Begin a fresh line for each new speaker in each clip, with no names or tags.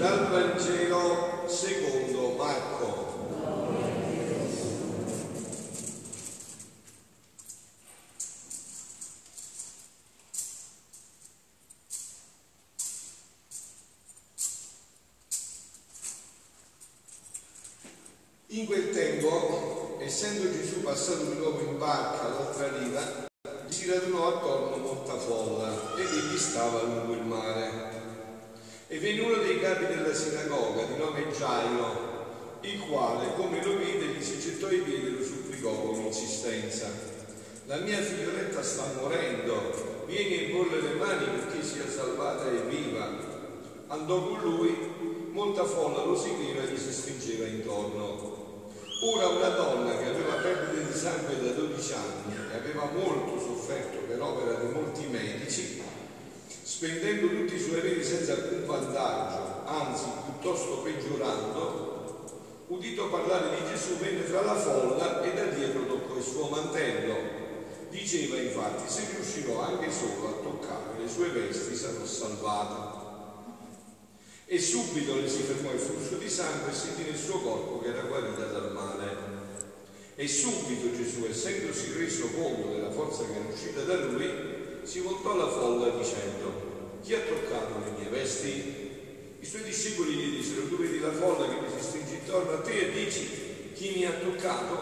Dal Vangelo secondo Marco. In quel tempo, essendo Gesù passato di nuovo in barca all'altra riva, gli si radunò attorno molta folla ed egli stava lungo il mare. E venne uno dei capi della sinagoga, di nome Gairo, il quale, come lo vide, gli si gettò ai piedi e lo supplicò con insistenza: la mia figlioletta sta morendo, vieni a imporle le mani perché sia salvata e viva. Andò con lui, molta folla lo seguiva e gli si stringeva intorno. Ora una donna che aveva perdita di sangue da 12 anni e aveva molto sofferto per opera di molti medici, spendendo tutti i suoi averi senza alcun vantaggio, anzi piuttosto peggiorando, udito parlare di Gesù, venne fra la folla e da dietro toccò il suo mantello. Diceva infatti: se riuscirò anche solo a toccare le sue vesti sarò salvata. E subito le si fermò il flusso di sangue e sentì nel suo corpo che era guarita dal male. E subito Gesù, essendosi reso conto della forza che era uscita da lui, si voltò alla folla dicendo: chi ha toccato le mie vesti? I suoi discepoli gli dissero: tu vedi la folla che mi si stringe intorno a te e dici: chi mi ha toccato?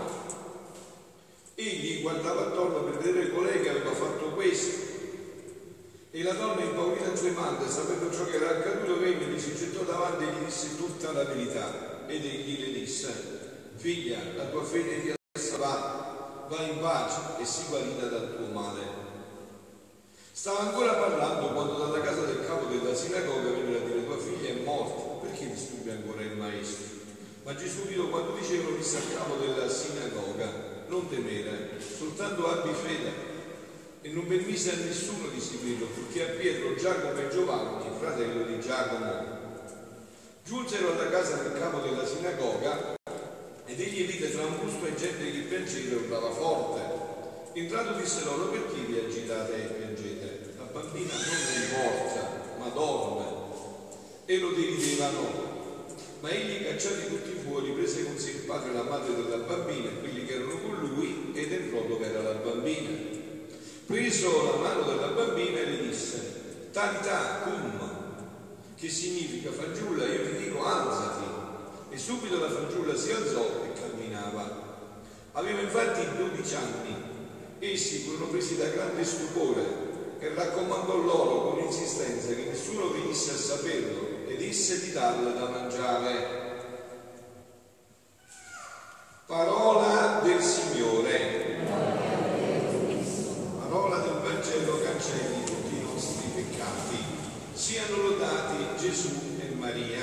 Egli guardava attorno per vedere colei che aveva fatto questo. E la donna, impaurita e tremante, sapendo ciò che era accaduto, venne, gli si gettò davanti e gli disse tutta la verità. Ed egli le disse: figlia, la tua fede ti ha salvata, va in pace e sii guarita dal tuo male. Stava ancora parlando quando dalla casa del capo della sinagoga venne a dire: tua figlia è morta, perché disturbi ancora il maestro? Ma Gesù udito quando dicevano, disse al capo della sinagoga: non temere, soltanto abbi fede. E non permise a nessuno di seguirlo, purché a Pietro, Giacomo e Giovanni, fratello di Giacomo. Giunsero alla casa del capo della sinagoga ed egli vide tra un busto e gente che piangeva e urlava forte. Entrato disse loro: perché vi agitate e piangete? La bambina non è morta, ma dorme. E lo deridevano. Ma egli, cacciati tutti fuori, prese con sé il padre e la madre della bambina e quelli che erano con lui ed entrò dove era la bambina. Preso la mano della bambina le disse: Talita cum, che significa fanciulla, io ti dico alzati. E subito la fanciulla si alzò e camminava. Aveva infatti 12 anni. Essi furono presi da grande stupore e raccomandò loro con insistenza che nessuno venisse a saperlo ed disse di darle da mangiare. Parola del Signore. Parola del Vangelo cancelli tutti i nostri peccati. Siano lodati Gesù e Maria.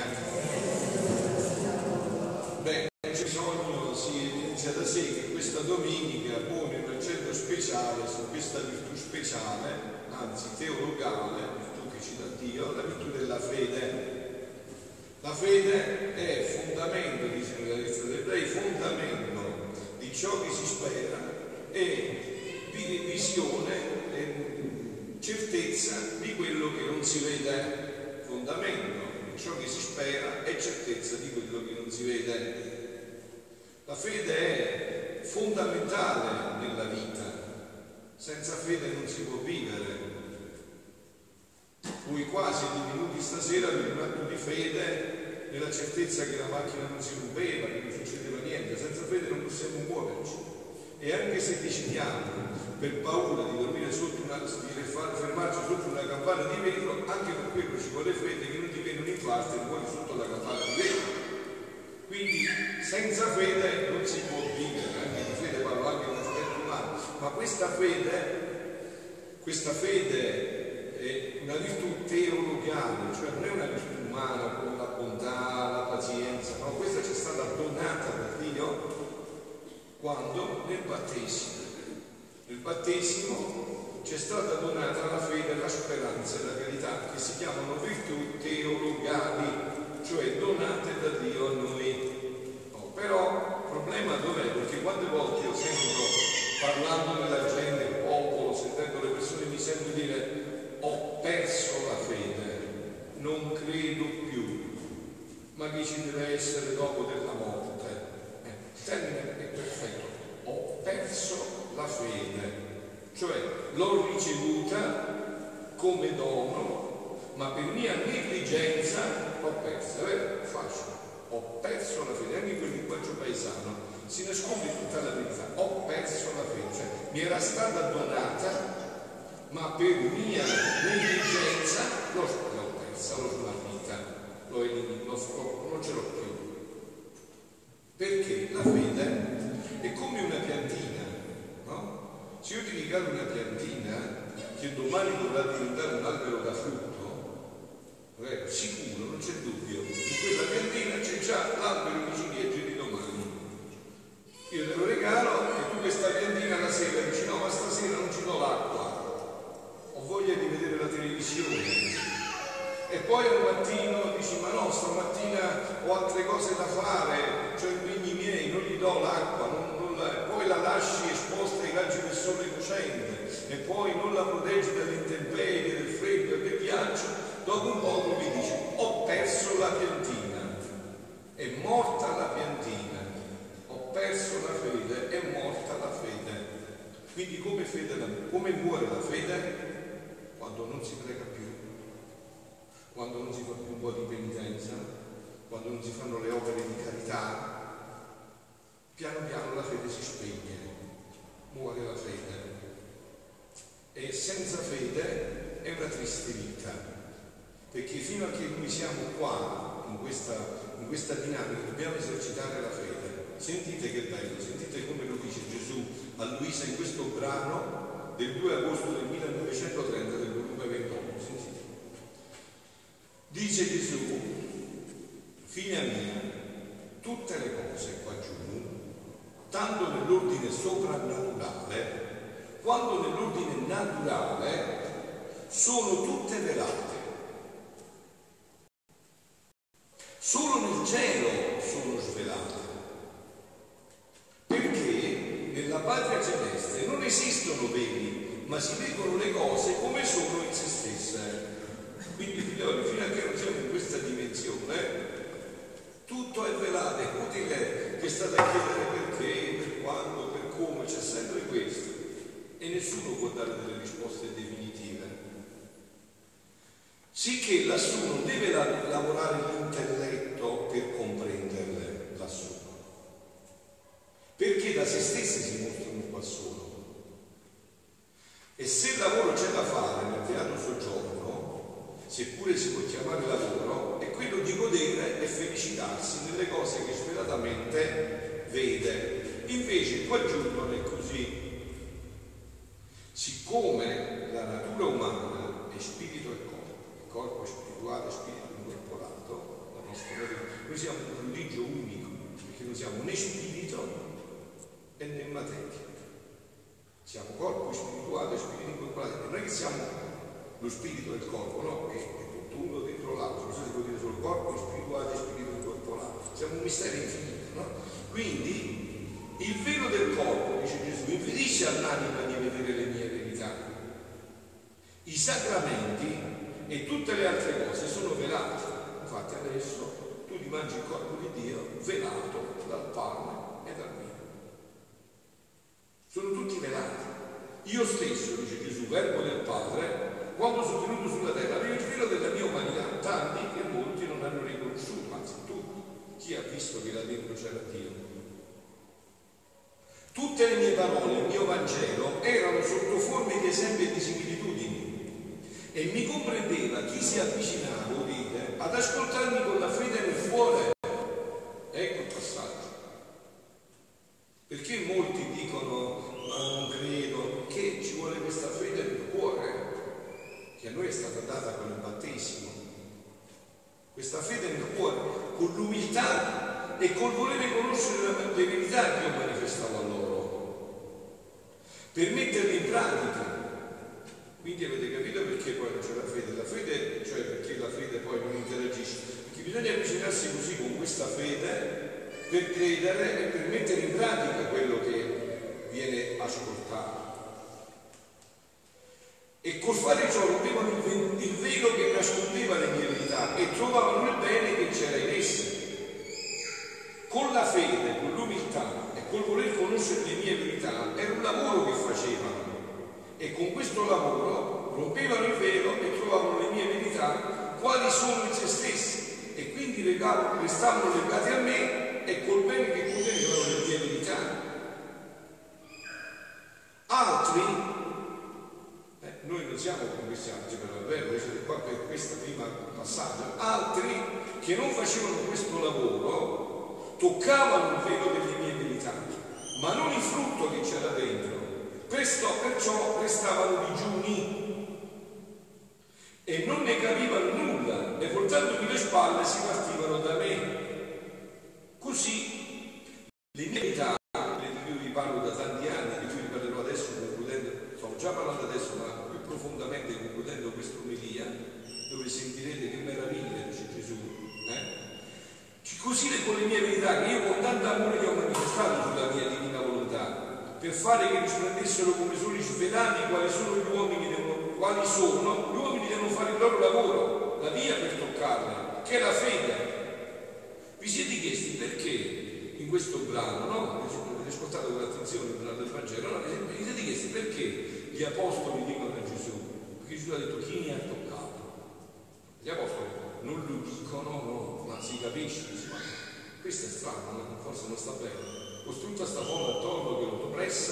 Beh, c'è bisogno, si evidenzia da sé che questa domenica pone un accento speciale su questa virtù speciale, anzi teologale, virtù che ci dà Dio, la virtù della fede. La fede è fondamento, dice nella lettera degli Ebrei, fondamento di ciò che si spera e visione e certezza di quello che non si vede. Fondamento di ciò che si spera e certezza di quello che non si vede. La fede è fondamentale nella vita. Senza fede non si può vivere. Voi qua siete venuti stasera per un atto di fede nella certezza che la macchina non si rompeva, che non succedeva niente. Senza fede non possiamo muoverci. E anche se decidiamo per paura di dormire sotto di fermarci sotto una campana di vetro, anche per quello ci vuole fede, che non ti viene un infarto e muori sotto la campana di vetro. Quindi senza fede non si può vivere, anche di fede parlo anche in aspetto umano, ma questa fede è una virtù teologale, cioè non è una virtù umana come la bontà, la pazienza, ma questa ci è stata donata da Dio quando nel battesimo ci è stata donata la fede, la speranza e la carità, che si chiamano virtù teologali, cioè donate da Dio a noi. Però il problema dov'è? Perché quante volte io sento, parlando della gente, il popolo, sentendo le persone, mi sento dire: ho perso la fede, non credo più. ma per mia negligenza ho perso. Facile. Ho perso la fede, anche quel linguaggio paesano si nasconde tutta la verità. Ho perso la fede, cioè mi era stata donata, ma per mia negligenza l'ho persa, l'ho smarrita, l'ho eliminato, non ce l'ho più. Perché la fede è come una piantina, no? Se io ti regalo una piantina che domani dovrà diventare un albero da frutto, sicuro, non c'è dubbio, in quella piantina c'è già l'albero di ciliegie di domani. Io te lo regalo e tu questa piantina la sera dici no, ma stasera non ci do l'acqua, ho voglia di vedere la televisione. E poi al mattino dici ma no, stamattina ho altre cose da fare, ho impegni miei, non gli do l'acqua, poi la lasci esposta ai raggi del sole cocente e poi non la proteggi dalle intemperie, del freddo e del ghiaccio. Dopo un po' lui dice ho perso la piantina, è morta la piantina, ho perso la fede, è morta la fede. Quindi come muore la fede? Quando non si prega più, quando non si fa più un po' di penitenza, quando non si fanno le opere di carità, piano piano la fede si spegne, muore la fede. E senza fede è una triste vita. Perché fino a che noi siamo qua, in questa dinamica, dobbiamo esercitare la fede. Sentite che bello, sentite come lo dice Gesù a Luisa in questo brano del 2 agosto del 1930 del volume 28. Sentite. Dice Gesù, figlia mia, tutte le cose qua giù, tanto nell'ordine soprannaturale quanto nell'ordine naturale, sono tutte velate. Solo nel cielo sono svelate, perché nella patria celeste non esistono veli, ma si vedono le cose come sono in se stesse. Quindi figlioli, fino a che non siamo in questa dimensione, tutto è velato, è inutile che state a chiedere perché, per quando, per come, c'è sempre questo. E nessuno può dare delle risposte definitive. Sicché lassù non deve lavorare l'intelletto per comprenderle lassù, perché da se stesse si mostrano qua solo. E se il lavoro c'è da fare nel beato soggiorno, seppure si può chiamare lavoro, è quello di godere e felicitarsi nelle cose che svelatamente vede. Invece qua giù non è così. Siccome la natura umana è spirito e corpo spirituale, spirito incorporato, noi siamo un prodigio unico, perché non siamo né spirito né materia. Siamo corpo spirituale, spirito incorporato. Non è che siamo lo spirito e il corpo, no? È tutto uno dentro l'altro. Non so se può dire solo corpo spirituale e spirito incorporato. Siamo un mistero infinito, no? Quindi il velo del corpo, dice Gesù, impedisce all'anima di vedere le mie verità. I sacramenti e tutte le altre cose sono velate. Infatti adesso tu ti mangi il corpo di Dio velato dal pane e dal vino. Sono tutti velati. Io stesso, dice Gesù, verbo del Padre, quando sono venuto sulla terra avevo il velo della mia umanità, tanti che molti non hanno riconosciuto, anzi tutti. Chi ha visto che là dentro c'era Dio? Tutte le mie parole, il mio Vangelo, erano sotto forme di esempi e di similitudini. E mi comprendeva chi si avvicinava, udite, ad ascoltarmi con la fede nel cuore. Ecco il passaggio. Perché molti dicono, ma non credo, che ci vuole questa fede nel cuore, che a noi è stata data con il battesimo. Questa fede nel cuore, con l'umiltà e col volere conoscere le verità che io manifestavo a loro, per metterle in pratica. Quindi avete capito perché poi non c'è la fede, cioè perché la fede poi non interagisce, perché bisogna avvicinarsi così con questa fede per credere e per mettere in pratica quello che viene ascoltato. E col fare ciò rompevano il velo che nascondeva le mie verità e trovavano il bene che c'era in esse. Con la fede, con l'umiltà e col voler conoscere le mie verità era un lavoro che facevano. E con questo lavoro rompevano il velo e trovavano le mie verità solo in se stessi e quindi restavano legati a me e col bene che contenevano le mie verità. Altri, noi non siamo come siamo, per davvero, qua per questo primo passaggio, altri che non facevano questo lavoro toccavano il velo delle mie verità, ma non il frutto che c'era dentro. Perciò restavano digiuni e non ne capivano nulla e voltandomi le spalle si partivano da me. Così le mie verità, di cui vi parlo da tanti anni, di cui vi parlerò adesso concludendo, sto già parlando adesso ma più profondamente concludendo questa omelia, dove sentirete che meraviglia, dice Gesù. Così con le mie verità che io con tanto amore le ho manifestato sulla mia divina volontà, per fare che risplendessero come soli svelati quali sono gli uomini, gli uomini devono fare il loro lavoro, la via per toccarla, che è la fede. Vi siete chiesti perché in questo brano, no? Avete ascoltato con attenzione il brano del Vangelo, no? Vi siete chiesti perché gli apostoli dicono a Gesù? Perché Gesù ha detto chi mi ha toccato? Gli apostoli non lo dicono, no, ma si capisce, ma questo è strano, no? Forse non sta bene. Costruita sta folla attorno che lo oppressa,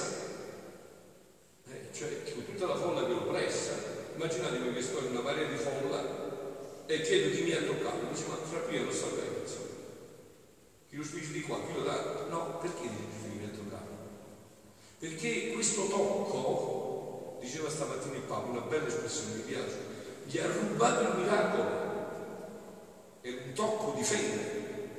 cioè con tutta la folla che lo oppressa, immaginatevi che sto in una marea di folla e chiedo chi mi ha toccato, dice ma fra qui non sta bene, insomma. Chi lo spinge di qua, chi lo dà? No, perché dice chi mi ha toccato? Perché questo tocco, diceva stamattina il Papa, una bella espressione, mi piace, gli ha rubato il miracolo, è un tocco di fede.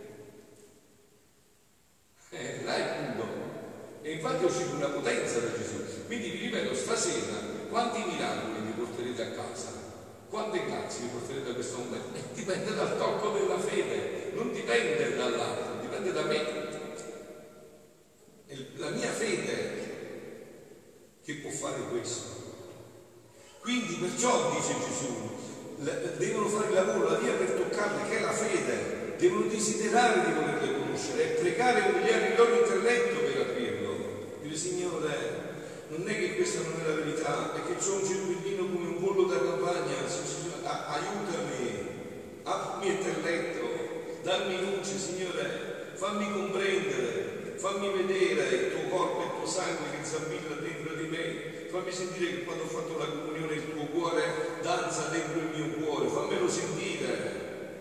Là è punto. E infatti è uscita una potenza da Gesù. Quindi vi ripeto, stasera quanti miracoli vi porterete a casa? Quante grazie vi porterete a questo momento? Dipende dal tocco della fede, non dipende dall'altro, dipende da me. È la mia fede che può fare questo. Quindi perciò dice Gesù, devono fare il lavoro, la via per toccarle, che è la fede. Devono desiderare di volerle conoscere e pregare e umiliare il loro intelletto per aprirlo. Dire Signore, non è che questa non è la verità, è che c'ho un cervellino come un pollo da campagna, aiutami, apri il mio intelletto, dammi luce, Signore, fammi comprendere, fammi vedere il tuo corpo e il tuo sangue che zampilla dentro di me, fammi sentire che quando ho fatto la comunione il tuo cuore danza dentro il mio cuore, fammelo sentire.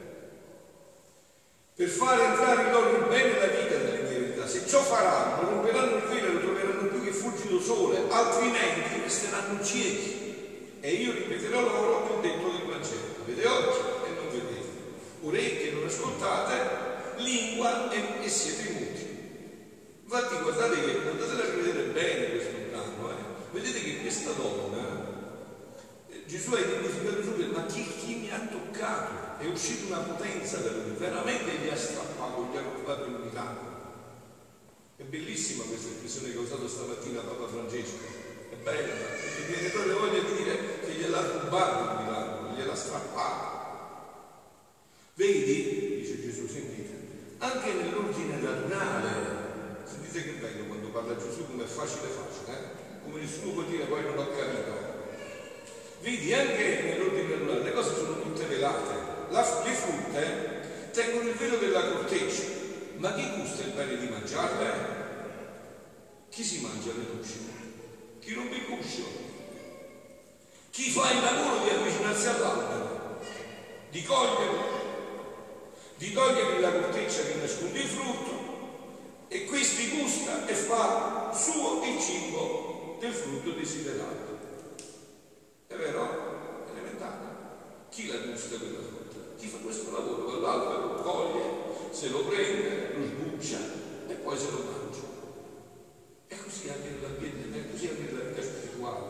Per fare entrare in loro il bene e la vita delle mie verità. Se ciò faranno, romperanno il velo e lo troveranno più che fulgido sole, altrimenti resteranno ciechi. E io ripeterò loro il detto del Vangelo. Avete occhi e non vedete, orecchie e non ascoltate, lingua e siete muti. Infatti guardate che, andatela a rivedere bene questo brano, vedete che questa donna, Gesù ha identificato subito, ma chi mi ha toccato? È uscita una potenza da lui, veramente gli ha strappato, gli ha rubato il miracolo. È bellissima questa espressione che ha usato stamattina Papa Francesco, è bella, perché viene proprio voglia di dire che gliel'ha rubato il miracolo, gliel'ha strappato. Vedi, dice Gesù, sentite, anche nell'ordine naturale, sentite che bello quando parla Gesù come è facile, come nessuno può dire poi non ho capito. Vedi, anche nell'ordine naturale le cose sono tutte velate. Le frutte tengono il velo della corteccia, ma chi gusta il bene di mangiarle? Chi si mangia le luci? Chi rompe il guscio? Chi fa il lavoro di avvicinarsi all'albero, di togliergli la corteccia che nasconde il frutto, e questi gusta e fa suo il cibo del frutto desiderato. È vero? Elementare. Chi la gusta quella frutta? Chi fa questo lavoro? Quell'albero lo coglie, se lo prende, lo sbuccia e poi se lo mangia. E così anche nell'ambiente, è così anche nella vita spirituale.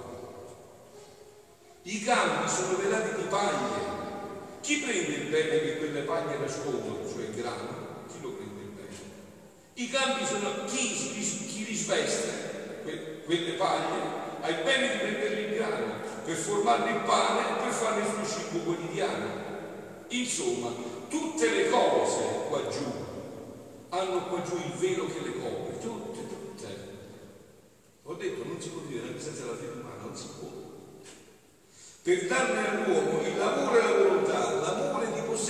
I campi sono velati di paglie. Chi prende il bene che quelle paglie nascondono, cioè il grano? Chi lo prende il bene? I campi sono chi risveste quelle paglie, ha il bene di prendere il grano per formarne il pane e per farne il suo cibo quotidiano. Insomma, tutte le cose qua giù hanno qua giù il velo che le copre, tutte. Ho detto, non si può vivere anche senza la fede umana, non si può. Per darne all'uomo il lavoro e la volontà, l'amore di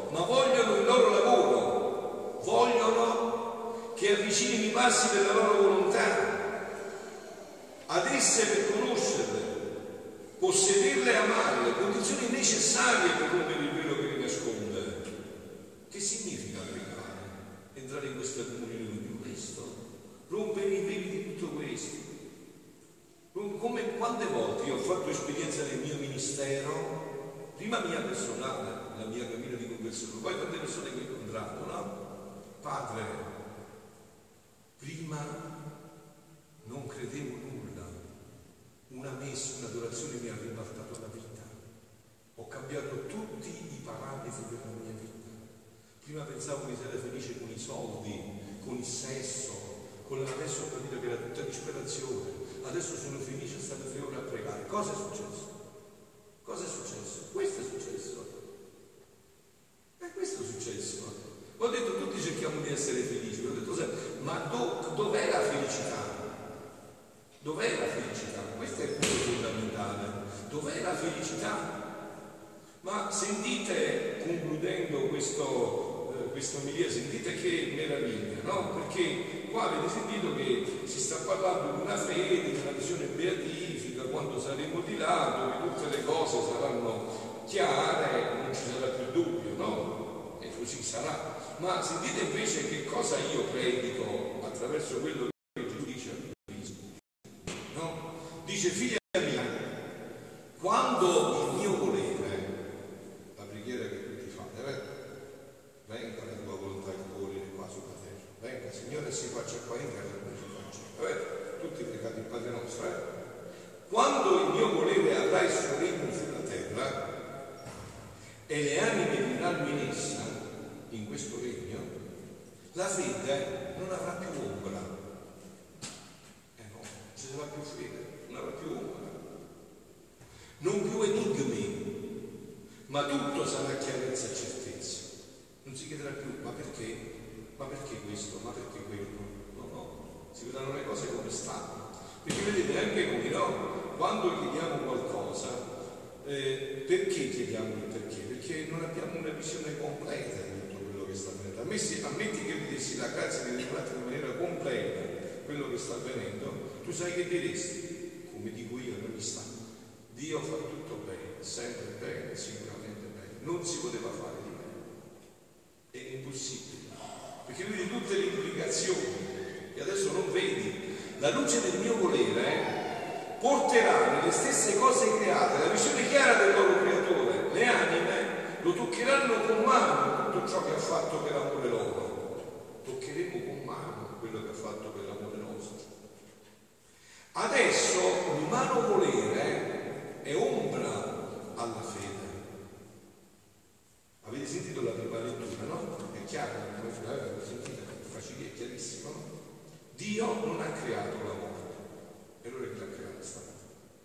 ma vogliono il loro lavoro, vogliono che avvicini i passi della loro volontà ad esse per conoscerle, possederle e amarle, condizioni necessarie per rompere il velo che li nasconde. Che significa pregare? Entrare in questa comunione con Dio, questo, rompere i veli di tutto questo. Come quante volte io ho fatto esperienza nel mio ministero, prima mia personale, la mia cammino di conversione, poi tante persone che ho incontrato, no? Padre, prima non credevo nulla, una messa, un'adorazione mi ha ribaltato la vita, ho cambiato tutti i parametri della mia vita. Prima pensavo che sarei felice con i soldi, con il sesso, adesso ho capito che era tutta disperazione, adesso sono felice a stare 3 ore a pregare. Cosa è successo? Cosa è successo? Questo è successo. Questo è successo. Ho detto, tutti cerchiamo di essere felici, ho detto, ma dov'è la felicità? Dov'è la felicità? Questo è il punto fondamentale. Dov'è la felicità? Ma sentite, concludendo questa omelia, sentite che meraviglia, no? Perché qua avete sentito che si sta parlando di una fede, di una visione beatifica, quando saremo di là, dove tutte le cose saranno chiare, non ci sarà più dubbio, no? E così sarà. Ma sentite invece che cosa io predico attraverso quello che Gesù dice a Cristo, no? Dice, figlia mia, quando il mio volere, la preghiera che tutti fate, venga la tua volontà che volere qua sulla terra, venga Signore, si faccia qua in terra come si faccia, tutti pregate il Padre nostro, quando il mio volere avrà il suo regno sulla terra e le anime vivranno in essa, in questo regno, la fede non avrà più ombra, no, ci sarà più fede, non avrà più ombra, non più enigmi, ma tutto sarà chiarezza e certezza. Non si chiederà più ma perché? Ma perché questo? Ma perché quello? No, si vedranno le cose come stanno. Perché vedete, anche noi, no? Quando chiediamo qualcosa, perché chiediamo il perché? Perché non abbiamo una visione completa di tutto quello che sta avvenendo. Ammetti che io dessi la grazia di rivelare in maniera completa quello che sta avvenendo, tu sai che diresti, come dico io in ogni istante, Dio fa tutto bene, sempre bene, sicuramente bene, non si poteva fare di meglio. È impossibile, perché vedi tutte le implicazioni che adesso non vedi. La luce del mio volere porterà nelle stesse cose create la visione chiara del loro creatore. Le anime lo toccheranno con mano tutto ciò che ha fatto per amore loro. Toccheremo con mano quello che ha fatto per l'amore nostro. Adesso l'umano volere è ombra alla fede. Avete sentito la prima lettura, no? È chiaro, l'avete sentita, è facile, è chiarissimo, no? Dio non ha creato la morte, e allora chi l'ha creata stavolta?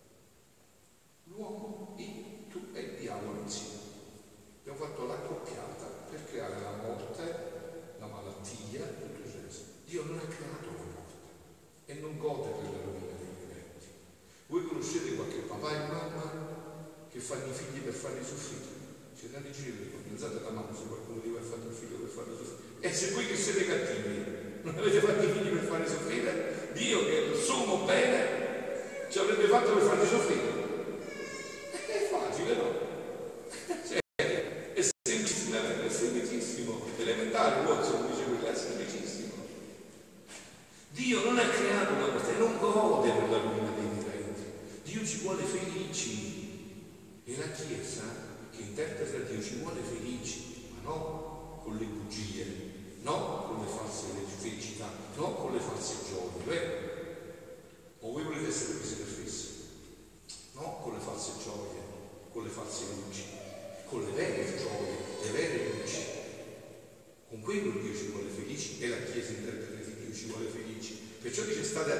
L'uomo, tu e il diavolo insieme. Abbiamo fatto l'accoppiata per creare la morte, la malattia, tutto il resto. Dio non ha creato la morte e non gode per la rovina dei viventi. Voi conoscete qualche papà e mamma che fanno i figli per farli soffrire? Siete andati in giro, pensate alla mano se qualcuno di voi ha fatto il figlio per farli soffrire. E se voi che siete cattivi non avete fatto i figli per farli soffrire, Dio che è il sommo bene ci avrebbe fatto per farli soffrire. È facile, no? Cioè, è semplicissimo, elementare, Watson dice quello, è semplicissimo. Dio non ha creato la morte, non gode per la rovina dei viventi. Dio ci vuole felici e la Chiesa che interpreta Dio ci vuole felici, ma no con le bugie, no con le false felicità, no con le false gioie, vero? O voi volete essere presi per fessi? No con le false gioie, con le false luci, con le vere gioie, le vere luci. Con quello Dio ci vuole felici e la Chiesa interpreta che Dio ci vuole felici. Perciò dice state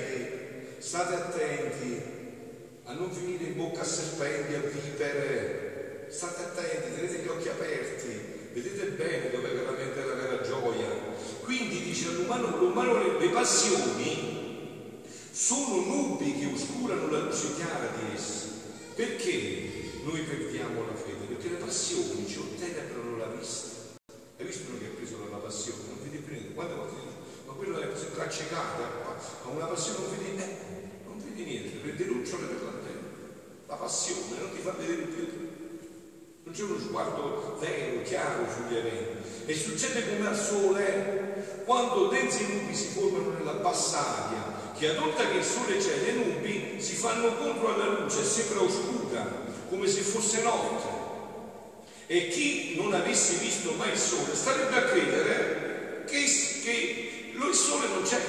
attenti a non finire in bocca a serpenti, a vipere. State attenti, tenete gli occhi aperti, vedete bene dove è veramente la vera gioia. Quindi dice all'umano le passioni sono nubi che oscurano la luce chiara di essi. Perché noi perdiamo la fede? Perché le passioni ci ottenebrano la vista accecata, ha una passione, non vedi niente, prende lucciole per l'antenna. La passione non ti fa vedere più. Non c'è uno sguardo vero, chiaro sugli eventi. E succede come al sole, quando dense nubi si formano nella bassa aria, che ad volta che il sole c'è, le nubi si fanno contro alla luce, sembra oscura, come se fosse notte. E chi non avesse visto mai il sole starebbe a credere che il sole non c'è.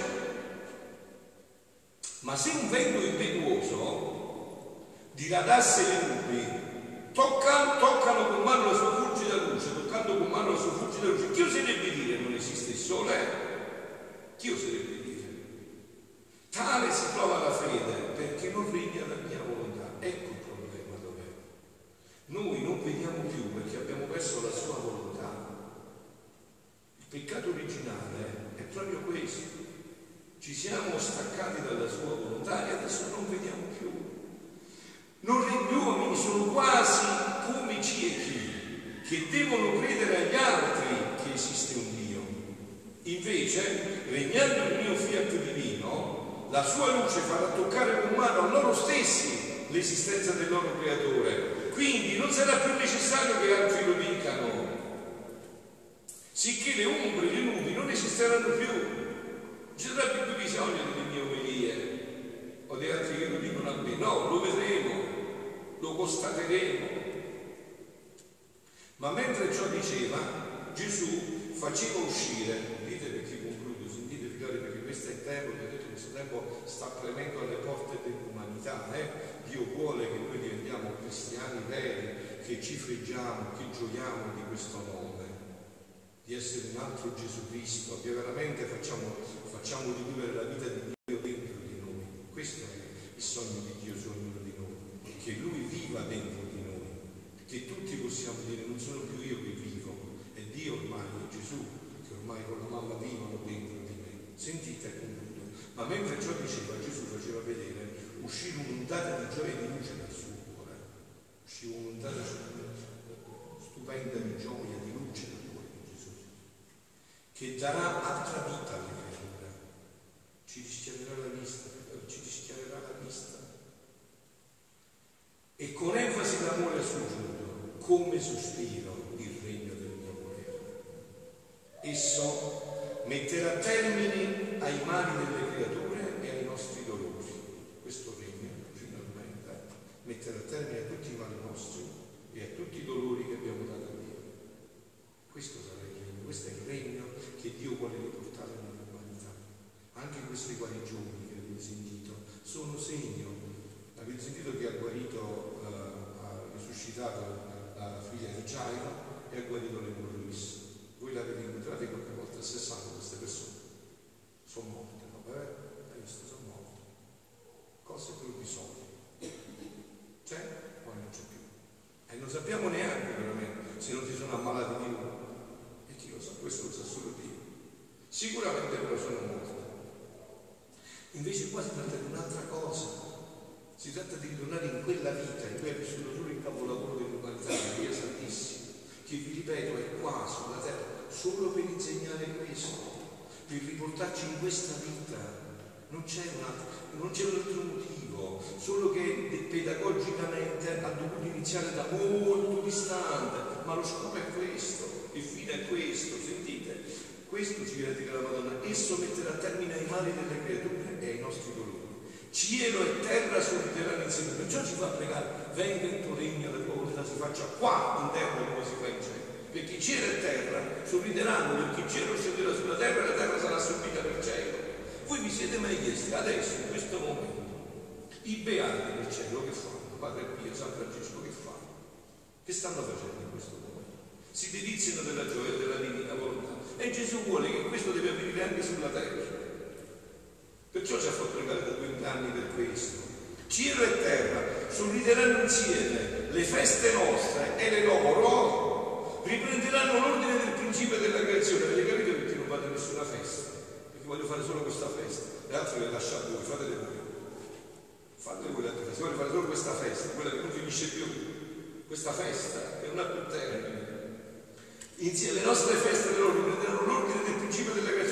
Ma se un vento impetuoso diradasse le nubi, toccano con mano la sua fulgida luce, toccando con mano la sua fulgida luce, chi oserebbe dire non esiste il sole? Chi oserebbe dire? Tale si trova la fede, perché non regna la mia volontà. Ecco il problema dov'è. Noi non vediamo più perché abbiamo perso la sua volontà. Il peccato originale è proprio questo. Ci siamo staccati dalla sua volontà e adesso non vediamo più. Gli uomini sono quasi come i ciechi che devono credere agli altri che esiste un Dio. Invece, regnando il mio fiat divino, la sua luce farà toccare con mano a loro stessi l'esistenza del loro creatore. Quindi non sarà più necessario che altri lo dicano, sicché le ombre e le nubi non esisteranno più. Non ci sarà più bisogno delle mie omelie o di altri che lo dicono a me. No, lo vedremo, lo constateremo. Ma mentre ciò diceva, Gesù faceva uscire, dite perché concludo, sentite figlioli, perché questo è il tempo, vedete, questo tempo sta premendo alle porte dell'umanità. Dio vuole che noi diventiamo cristiani veri, che ci freggiamo, che gioiamo di questo nome, di essere un altro Gesù Cristo, che veramente facciamo rivivere la vita di Dio dentro di noi. Questo è il sogno di Dio su ognuno di noi, che Lui viva dentro di noi, che tutti possiamo dire non sono più io che vivo, è Dio ormai, è Gesù, che ormai con la mamma vivono dentro di me. Sentite, concludo. Ma mentre ciò diceva, Gesù faceva vedere uscire un'ondata di gioia e di luce dal suo cuore, usciva un'ondata stupenda di gioia, di luce dal cuore di Gesù, che darà altra vita alle creature, ci rischiarerà la vista, e con enfasi d'amore ha soggiunto, come sospiro il regno del mio volere. Esso metterà termine ai mali delle creature e ai nostri dolori. Questo regno finalmente metterà termine a tutti i mali nostri e a tutti i dolori che abbiamo dato a Dio. Questo sarà il regno, questo è il regno che Dio vuole riportare nell'umanità. Anche queste guarigioni che avete sentito sono segno. Avete sentito che ha guarito, ha risuscitato la figlia di Gairo e ha guarito l'emorroisi. Voi l'avete incontrate qualche volta a 60 queste persone? Sono morte, no? Hai visto? Sono morte. Cose provvisorie. C'è? Poi non c'è più. E non sappiamo neanche veramente se non si sono ammalati di nuovo. E chi lo sa? Questo lo sa solo Dio. Sicuramente però sono morti. Invece qua si tratta di un'altra cosa. Si tratta di ritornare in quella vita in cui hai vissuto solo il capolavoro dell'umanità, la Dio Santissimo, che vi ripeto è qua sulla terra solo per insegnare questo, per riportarci in questa vita. Non c'è un altro motivo, solo che pedagogicamente ha dovuto iniziare da molto distante, ma lo scopo è questo, il fine è questo, sentite, questo ci viene a dire la Madonna. Esso metterà termine ai mali delle creature e ai nostri dolori. Cielo e terra sorrideranno insieme, perciò ci fa pregare, venga il tuo regno, la tua volontà si faccia qua in terra come si fa in cielo, perché cielo e terra sorrideranno, perché il cielo scenderà sulla terra e la terra sarà assorbita per cielo. Voi vi siete mai chiesti adesso, in questo momento, i beati del cielo che fanno? Padre Pio, San Francesco che fanno? Che stanno facendo in questo momento? Si deliziano della gioia e della divina volontà, e Gesù vuole che questo deve avvenire anche sulla terra. Perciò ci ha fatto pregare da 2000 anni per questo. Cielo e terra sorrideranno insieme, le feste nostre e le loro riprenderanno l'ordine del principio della creazione. Avete capito perché non fate nessuna festa? Perché voglio fare solo questa festa, le altre le lasciate voi, fatele voi. Fatele voi le altre feste, voglio fare solo questa festa, quella che non finisce più, questa festa che non ha più termine. Insieme le nostre feste e le loro riprenderanno l'ordine del principio della creazione.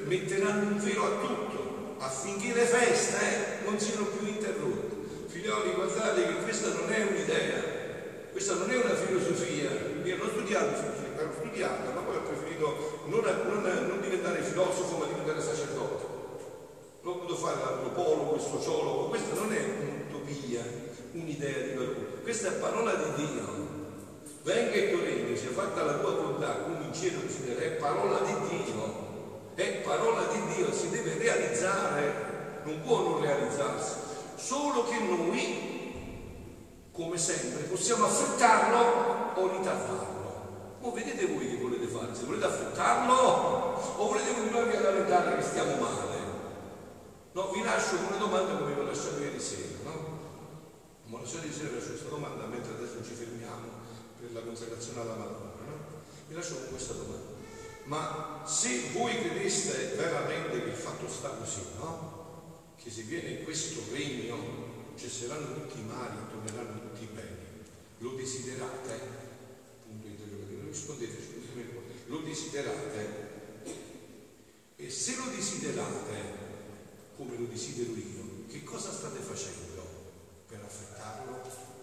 metteranno un velo a tutto, affinché le feste non siano più interrotte. Figlioli, guardate che questa non è un'idea, questa non è una filosofia. Io non ho studiato filosofia, l'ho studiata, ma poi ho preferito non diventare filosofo, ma diventare sacerdote. Non ho potuto fare l'antropologo, il sociologo. Questa non è un'utopia, un'idea di valore, questa è parola di Dio. Venga il tuo regno, sia fatta la tua volontà come in cielo così in terra. È parola di Dio, è parola di Dio, si deve realizzare, non può non realizzarsi, solo che noi, come sempre, possiamo affrettarlo o ritardarlo. O vedete voi che volete fare, se volete affrettarlo o volete continuarvi a lamentare che stiamo male. No, vi lascio con una domanda come vi ho lasciato ieri sera, no? Mi ho lasciato ieri sera, lascio questa domanda, mentre adesso ci fermiamo per la consacrazione alla Madonna, no? Vi lascio con questa domanda. Ma se voi credeste veramente che il fatto sta così, no? Che se viene in questo regno cesseranno tutti i mali e torneranno tutti i beni, lo desiderate? Punto interrogativo, rispondete, scusate, lo desiderate? E se lo desiderate, come lo desidero io, che cosa state facendo per affrettarlo?